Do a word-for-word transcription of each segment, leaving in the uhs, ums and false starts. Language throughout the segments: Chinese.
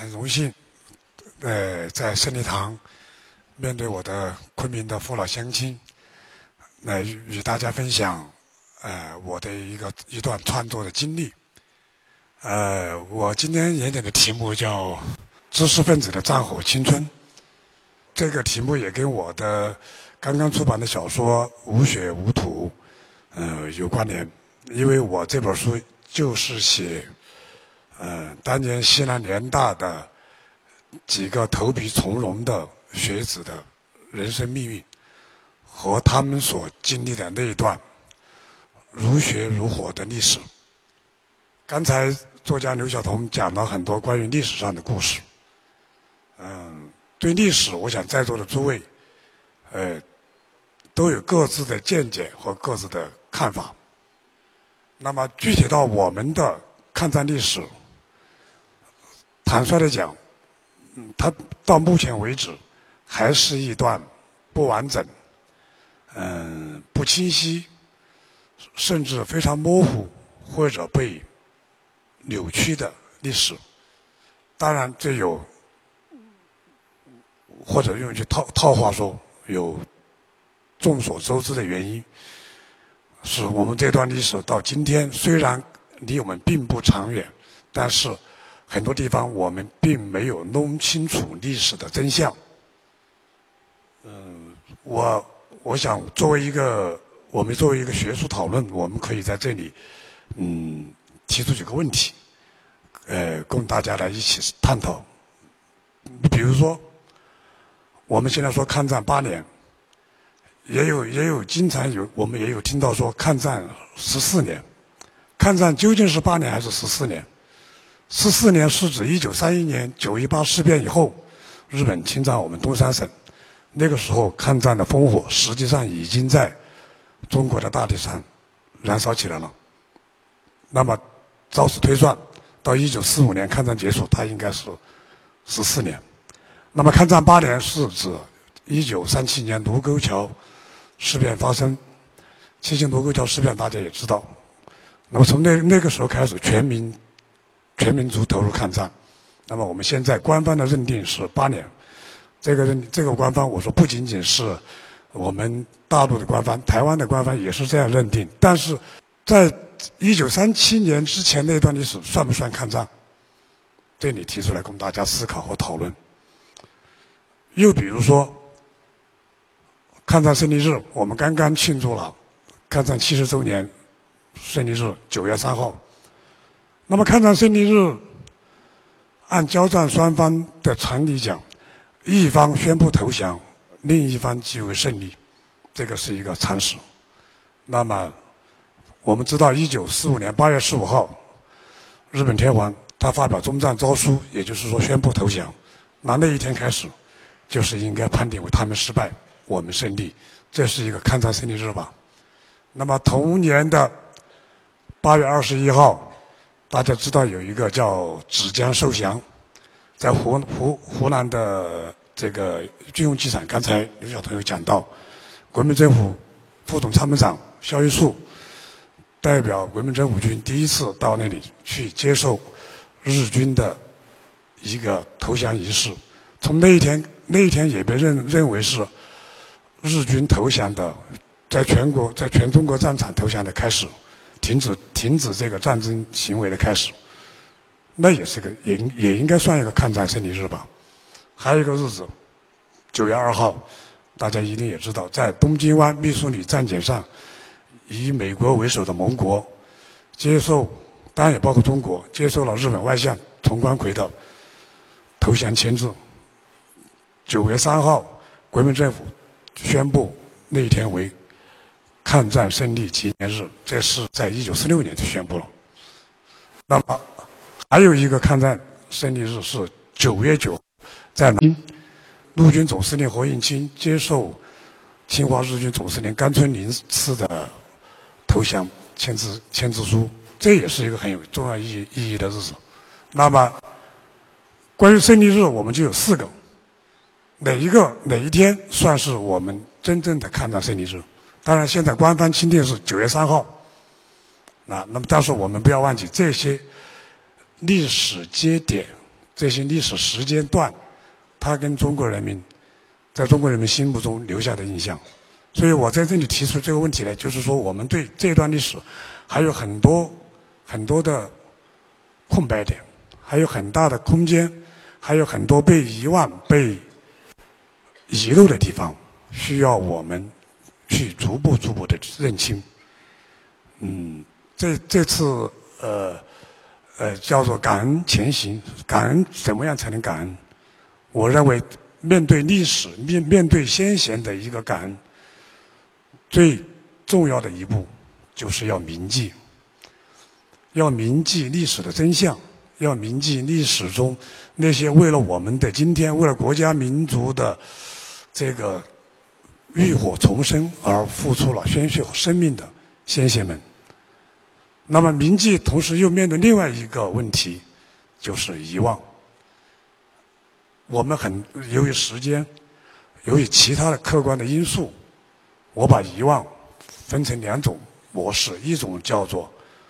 很荣幸，呃，在胜利堂面对我的昆明的父老乡亲，来与与大家分享，呃，我的一个一段创作的经历。呃，我今天演讲的题目叫《知识分子的战火青春》，这个题目也跟我的刚刚出版的小说《无血无土》呃有关联，因为我这本书就是写。呃，当年西南联大的几个投笔从戎的学子的人生命运，和他们所经历的那一段如血如火的历史。刚才作家刘晓彤讲了很多关于历史上的故事。嗯，对历史，我想在座的诸位，呃，都有各自的见解和各自的看法。那么具体到我们的抗战历史，坦率地讲，嗯，它到目前为止还是一段不完整、嗯、呃、不清晰，甚至非常模糊或者被扭曲的历史。当然，这有或者用一句套套话说，有众所周知的原因，是我们这段历史到今天虽然离我们并不长远，但是很多地方我们并没有弄清楚历史的真相。嗯，我我想作为一个我们作为一个学术讨论，我们可以在这里嗯提出几个问题，呃，供大家来一起探讨。比如说，我们现在说抗战八年，也有也有经常有我们也有听到说抗战十四年，抗战究竟是八年还是十四年？十四年是指一九三一年九一八事变以后，日本侵占我们东三省，那个时候抗战的烽火实际上已经在中国的大地上燃烧起来了。那么照此推算，到一九四五年抗战结束，它应该是十四年。那么抗战八年是指一九三七年卢沟桥事变发生，七星卢沟桥事变大家也知道。那么从那那个时候开始，全民全民族投入抗战。那么我们现在官方的认定是八年。这个认这个官方，我说不仅仅是我们大陆的官方，台湾的官方也是这样认定。但是在一九三七年之前那段历史算不算抗战？这里提出来供大家思考和讨论。又比如说，抗战胜利日，我们刚刚庆祝了抗战七十周年胜利日，九月三号。那么抗战胜利日，按交战双方的常理讲，一方宣布投降，另一方即为胜利，这个是一个常识。那么我们知道，一九四五年八月十五号，日本天皇他发表终战诏书，也就是说宣布投降。那那一天开始，就是应该判定为他们失败，我们胜利，这是一个抗战胜利日吧。那么同年的八月二十一号。大家知道有一个叫芷江受降，在湖湖湖南的这个军用机场，刚才刘晓彤有讲到，国民政府副总参谋长萧玉树代表国民政府军第一次到那里去接受日军的一个投降仪式。从那一天，那一天也被认认为是日军投降的，在全国在全中国战场投降的开始。停止停止这个战争行为的开始，那也是个也也应该算一个抗战胜利日吧。还有一个日子，九月二号，大家一定也知道，在东京湾密苏里战舰上，以美国为首的盟国接受，当然也包括中国，接受了日本外相佟光奎的投降签字。九月三号，国民政府宣布那一天为抗战胜利纪念日，这是在一九四六年就宣布了。那么还有一个抗战胜利日是九月九，在南京，陆军总司令何应钦接受侵华日军总司令甘春林赐的投降签字签字书，这也是一个很有重要意义意义的日子。那么关于胜利日，我们就有四个，哪一个哪一天算是我们真正的抗战胜利日？当然，现在官方钦定是九月三号。啊，那么但是我们不要忘记，这些历史节点这些历史时间段，它跟中国人民在中国人民心目中留下的印象。所以我在这里提出这个问题呢，就是说我们对这段历史还有很多很多的空白点，还有很大的空间，还有很多被遗忘、被遗漏的地方，需要我们去逐步逐步的认清。嗯，这这次呃呃叫做感恩前行，感恩怎么样才能感恩？我认为面对历史、面面对先贤的一个感恩，最重要的一步就是要铭记，要铭记历史的真相，要铭记历史中那些为了我们的今天，为了国家民族的这个浴火重生而付出了鲜血和生命的先贤们。那么铭记同时又面对另外一个问题，就是遗忘。我们很由于时间，由于其他的客观的因素，我把遗忘分成两种模式，一种叫做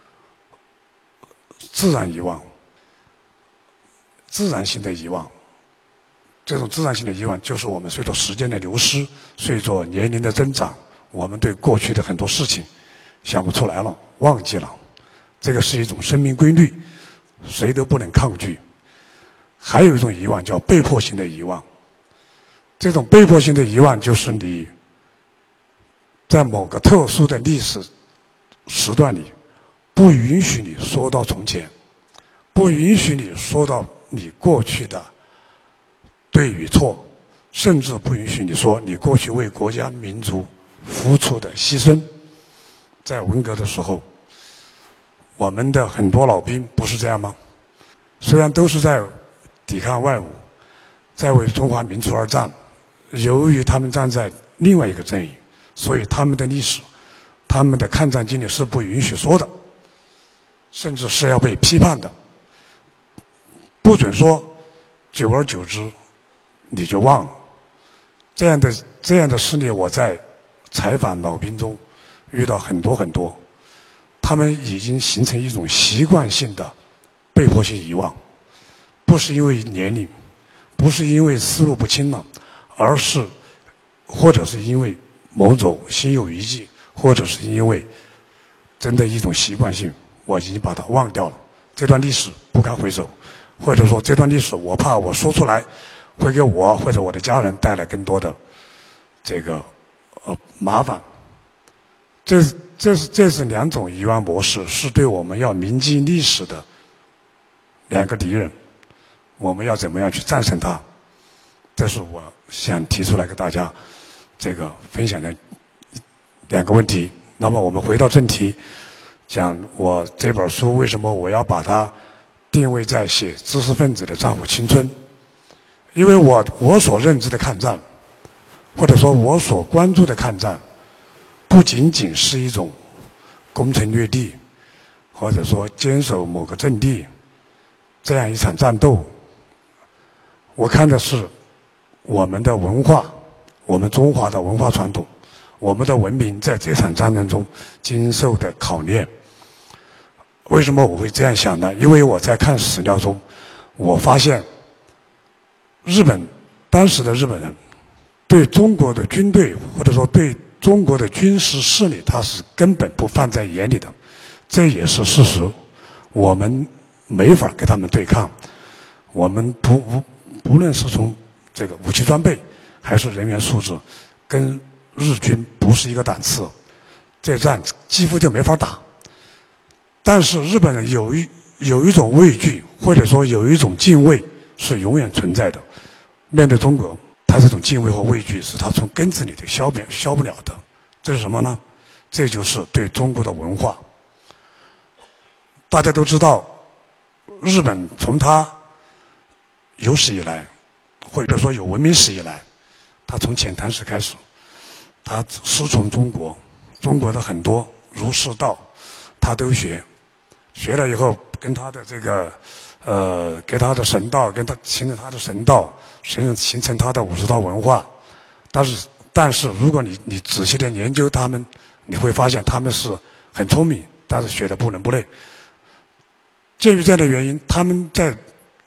自然遗忘，自然性的遗忘。这种自然性的遗忘，就是我们随着时间的流失，随着年龄的增长，我们对过去的很多事情想不出来了，忘记了。这个是一种生命规律，谁都不能抗拒。还有一种遗忘叫被迫性的遗忘，这种被迫性的遗忘就是你在某个特殊的历史时段里，不允许你说到从前，不允许你说到你过去的对与错，甚至不允许你说你过去为国家民族付出的牺牲。在文革的时候，我们的很多老兵不是这样吗？虽然都是在抵抗外侮，在为中华民族而战，由于他们站在另外一个阵营，所以他们的历史，他们的抗战经历是不允许说的，甚至是要被批判的。不准说，久而久之你就忘了。这样的这样的事例，我在采访老兵中遇到很多很多，他们已经形成一种习惯性的被迫性遗忘，不是因为年龄，不是因为思路不清了，而是或者是因为某种心有余悸，或者是因为真的一种习惯性，我已经把它忘掉了。这段历史不堪回首，或者说这段历史我怕我说出来会给我或者我的家人带来更多的这个呃麻烦。这这是这是两种遗忘模式，是对我们要铭记历史的两个敌人，我们要怎么样去战胜它？这是我想提出来给大家这个分享的两个问题。那么我们回到正题，讲我这本书为什么我要把它定位在写知识分子的战火青春？因为我我所认知的抗战，或者说我所关注的抗战，不仅仅是一种攻城略地，或者说坚守某个阵地这样一场战斗。我看的是我们的文化，我们中华的文化传统，我们的文明在这场战争中经受的考验。为什么我会这样想呢？因为我在看史料中，我发现日本当时的日本人对中国的军队，或者说对中国的军事势力，他是根本不放在眼里的，这也是事实。我们没法跟他们对抗，我们不不不论是从这个武器装备还是人员素质，跟日军不是一个档次，这战几乎就没法打。但是日本人有一有一种畏惧，或者说有一种敬畏是永远存在的。面对中国，他这种敬畏和畏惧是他从根子里头消灭消不了的。这是什么呢？这就是对中国的文化。大家都知道，日本从它有史以来，或者说有文明史以来，它从遣唐使开始，它师从中国，中国的很多儒释道，他都学，学了以后跟他的这个呃，给他的神道，跟他形成他的神道，形成形成他的武士道文化。但是，但是如果你你仔细的研究他们，你会发现他们是很聪明，但是学的不伦不类。鉴于这样的原因，他们在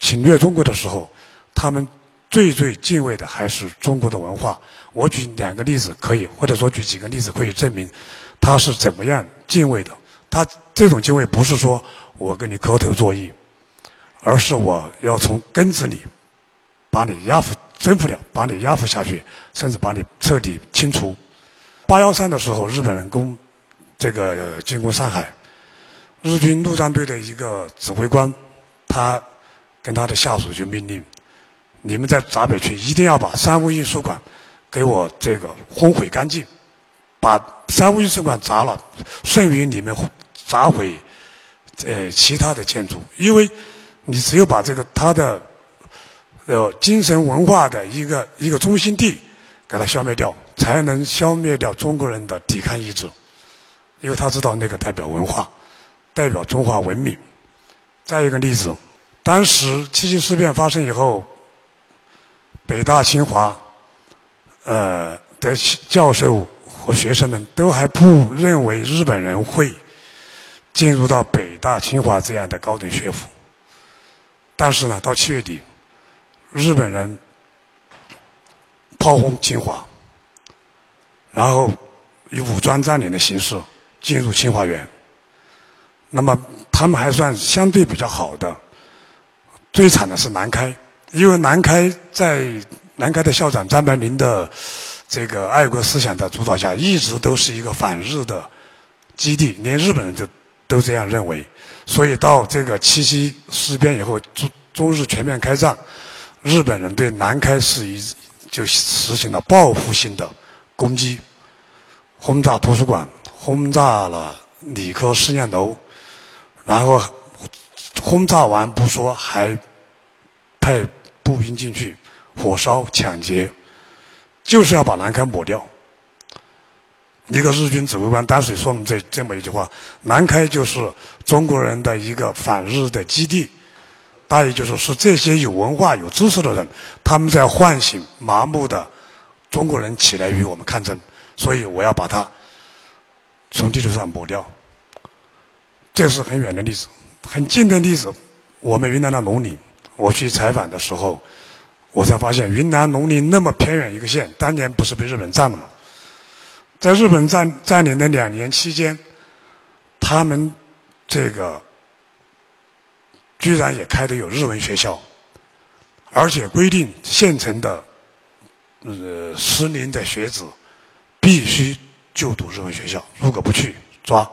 侵略中国的时候，他们最最敬畏的还是中国的文化。我举两个例子可以，或者说举几个例子可以证明他是怎么样敬畏的。他这种敬畏不是说我跟你口头作揖，而是我要从根子里把你压服征服了，把你压服下去，甚至把你彻底清除。八幺三的时候，日本人攻这个进攻上海，日军陆战队的一个指挥官，他跟他的下属就命令，你们在闸北区一定要把三无印书馆给我这个轰毁干净，把三无印书馆砸了，顺于你们砸毁呃其他的建筑，因为你只有把这个他的呃精神文化的一个一个中心地给它消灭掉，才能消灭掉中国人的抵抗意志，因为他知道那个代表文化，代表中华文明。再一个例子，当时七七事变发生以后，北大清华呃的教授和学生们都还不认为日本人会进入到北大清华这样的高等学府。但是呢，到七月底，日本人炮轰清华，然后以武装占领的形式进入清华园。那么他们还算相对比较好的。最惨的是南开，因为南开在南开的校长张伯苓的这个爱国思想的主导下，一直都是一个反日的基地，连日本人都都这样认为。所以到这个七七事变以后，中中日全面开战，日本人对南开是一就实行了报复性的攻击，轰炸图书馆，轰炸了理科实验楼，然后轰炸完不说，还派步兵进去火烧抢劫，就是要把南开抹掉。一个日军指挥官当时说了这这么一句话：南开就是中国人的一个反日的基地。大意就是是这些有文化有知识的人，他们在唤醒麻木的中国人起来与我们抗争，所以我要把它从地图上抹掉。这是很远的例子。很近的例子，我们云南的农林，我去采访的时候，我才发现云南农林那么偏远一个县，当年不是被日本占了吗？在日本占占领的两年期间，他们这个居然也开的有日文学校，而且规定县城的呃适龄的学子必须就读日文学校，如果不去抓。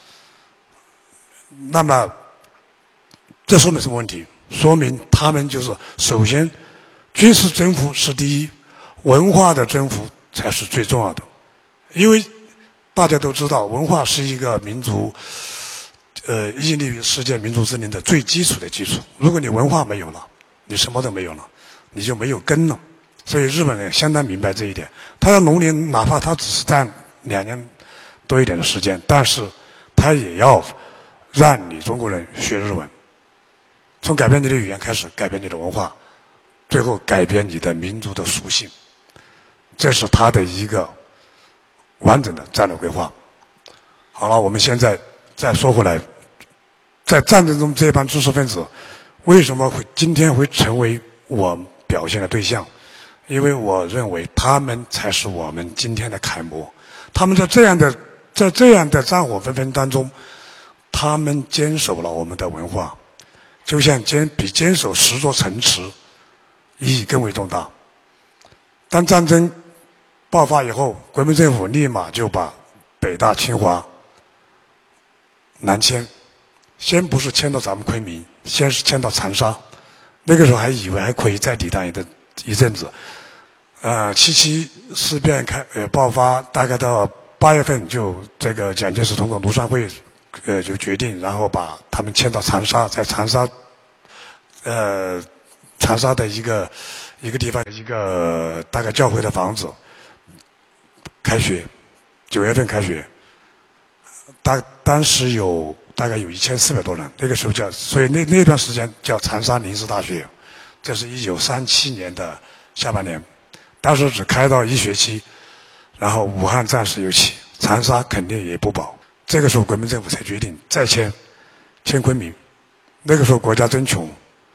那么这说明什么问题？说明他们就是首先军事征服是第一，文化的征服才是最重要的。因为大家都知道，文化是一个民族呃屹立于世界民族之林的最基础的基础。如果你文化没有了，你什么都没有了，你就没有根了。所以日本人相当明白这一点。他的农林哪怕他只是占两年多一点的时间，但是他也要让你中国人学日文，从改变你的语言开始，改变你的文化，最后改变你的民族的属性。这是他的一个完整的战略规划。好了，我们现在再说回来，在战争中这帮知识分子为什么会今天会成为我表现的对象？因为我认为他们才是我们今天的楷模。他们在这样的在这样的战火纷纷当中，他们坚守了我们的文化，就像坚比坚守十座城池意义更为重大。当战争爆发以后，国民政府立马就把北大清华南迁，先不是迁到咱们昆明，先是迁到长沙。那个时候还以为还可以再抵挡一阵一阵子。呃，七七事变开呃爆发，大概到八月份就这个蒋介石通过庐山会，呃就决定，然后把他们迁到长沙，在长沙，呃长沙的一个一个地方一个大概教会的房子。开学，九月份开学，当当时有大概有一千四百多人，那个时候叫，所以那那段时间叫长沙临时大学，这是一九三七年的下半年，当时只开到一学期，然后武汉战事又起，长沙肯定也不保，这个时候国民政府才决定再迁，迁昆明，那个时候国家真穷，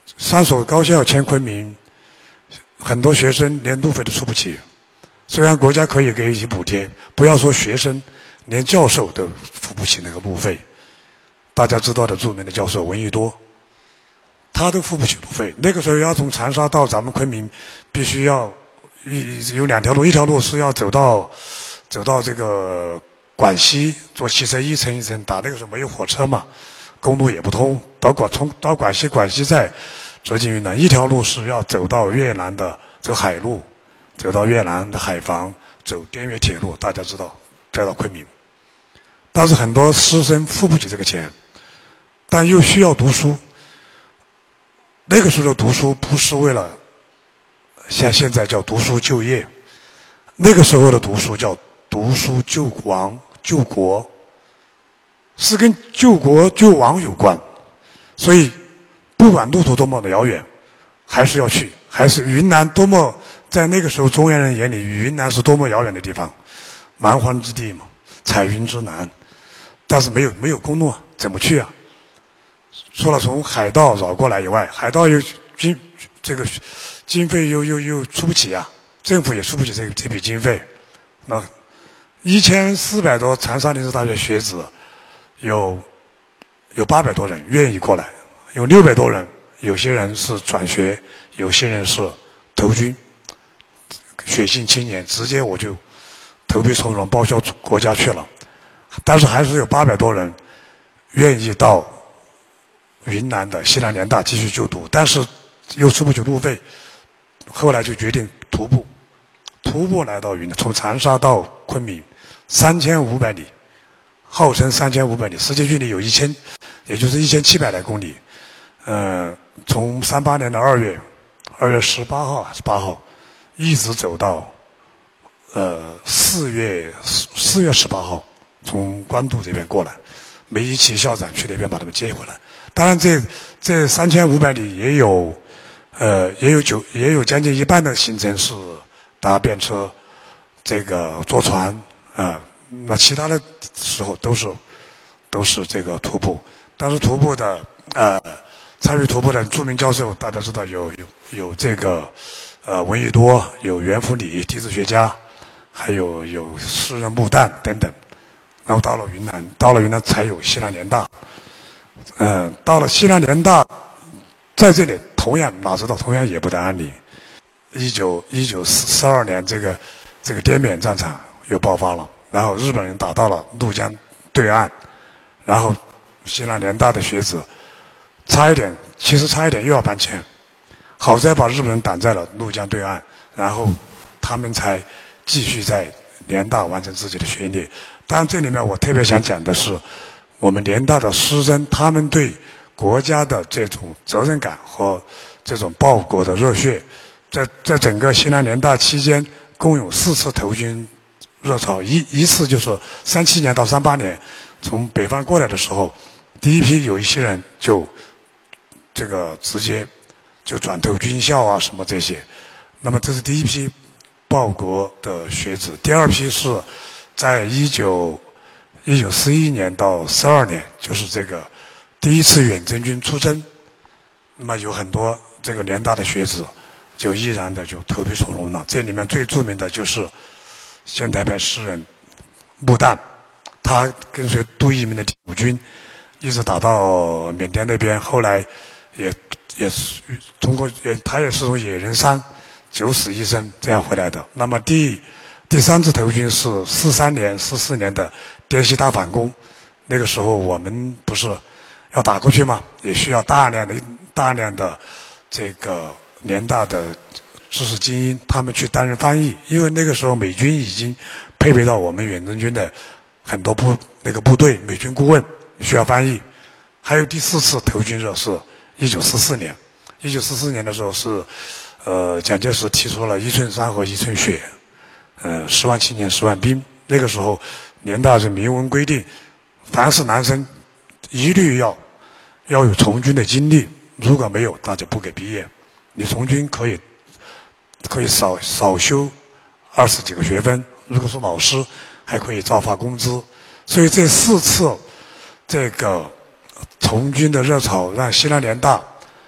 三所高校迁昆明，很多学生连路费都出不起。虽然国家可以给予补贴，不要说学生，连教授都付不起那个路费。大家知道的著名的教授闻一多，他都付不起路费。那个时候要从长沙到咱们昆明，必须要一有两条路，一条路是要走到走到这个广西，坐汽车一层一层打。那个时候没有火车嘛，公路也不通，到广从到广西，广西再折进云南。一条路是要走到越南的走海路，走到越南的海防，走滇越铁路，大家知道，再到昆明。但是很多师生付不起这个钱，但又需要读书。那个时候的读书不是为了像现在叫读书就业，那个时候的读书叫读书救亡救国，是跟救国救亡有关。所以不管路途多么的遥远，还是要去。还是云南多么，在那个时候中原人眼里，云南是多么遥远的地方，蛮荒之地嘛，彩云之南。但是没有没有公路啊，怎么去啊？除了从海盗绕过来以外，海盗又经这个经费又又又出不起啊，政府也出不起这个这笔经费。那一千四百多长沙临时大学学子，有有八百多人愿意过来，有六百多人，有些人是转学，有些人是投军，血性青年，直接我就投笔从戎，报效国家去了。但是还是有八百多人愿意到云南的西南联大继续就读，但是又出不起路费，后来就决定徒步，徒步来到云南，从长沙到昆明，三千五百里，号称三千五百里，实际距离有一千，也就是一千七百来公里。呃，从三八年的二月，二月十八号还是八号，一直走到呃四月四月十八号。从官渡这边过来，梅贻琦校长去那边把他们接回来。当然这，这这三千五百里也有，呃，也有九，也有将近一半的行程是搭便车，这个坐船啊、呃。那其他的时候都是都是这个徒步。但是徒步的呃，参与徒步的著名教授，大家知道有有有这个呃闻一多，有袁福礼地质学家，还有有诗人穆旦等等。然后到了云南，到了云南才有西南联大。嗯、呃，到了西南联大，在这里同样哪知道同样也不得安宁。一九一九四二年，这个这个滇缅战场又爆发了，然后日本人打到了怒江对岸，然后西南联大的学子差一点，其实差一点又要搬迁，好在把日本人挡在了怒江对岸，然后他们才继续在联大完成自己的学业。当然，这里面我特别想讲的是，我们联大的师生，他们对国家的这种责任感和这种报国的热血，在在整个西南联大期间，共有四次投军热潮，一一次就是三七年到三八年，从北方过来的时候，第一批有一些人就这个直接就转投军校啊什么这些，那么这是第一批报国的学子。第二批是在一九一九四一年到四二年，就是这个第一次远征军出征，那么有很多这个联大的学子就毅然的就投笔从戎了。这里面最著名的就是现代派诗人穆旦，他跟随杜聿明的第五军一直打到缅甸那边，后来也也是通过也他也是从野人山九死一生这样回来的。那么第第三次投军是四三年、四四年的滇西大反攻，那个时候我们不是要打过去吗？也需要大量的大量的这个联大的知识精英，他们去担任翻译，因为那个时候美军已经配备到我们远征军的很多部那个部队，美军顾问需要翻译。还有第四次投军热是一九四四年，一九四四年的时候是，呃，蒋介石提出了一寸山河一寸血。呃，十万青年十万兵。那个时候，联大是明文规定，凡是男生一律要要有从军的经历，如果没有，那就不给毕业。你从军可以可以少少修二十几个学分，如果是老师，还可以照发工资。所以这四次这个从军的热潮，让西南联大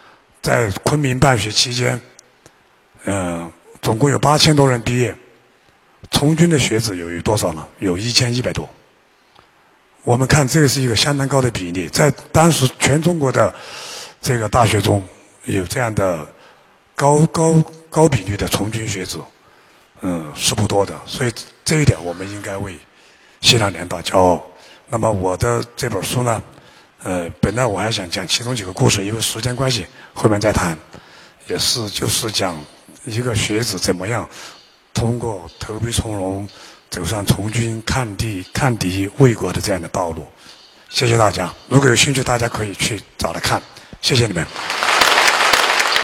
在昆明办学期间，嗯、呃，总共有八千多人毕业，从军的学子有多少呢？有一千一百多。我们看这个是一个相当高的比例，在当时全中国的这个大学中有这样的高高高比率的从军学子，嗯，是不多的。所以这一点我们应该为西南联大骄傲。那么我的这本书呢，呃，本来我还想讲其中几个故事，因为时间关系后面再谈，也是就是讲一个学子怎么样通过投笔从戎走上从军抗敌抗敌卫国的这样的道路。谢谢大家，如果有兴趣大家可以去找来看，谢谢你们。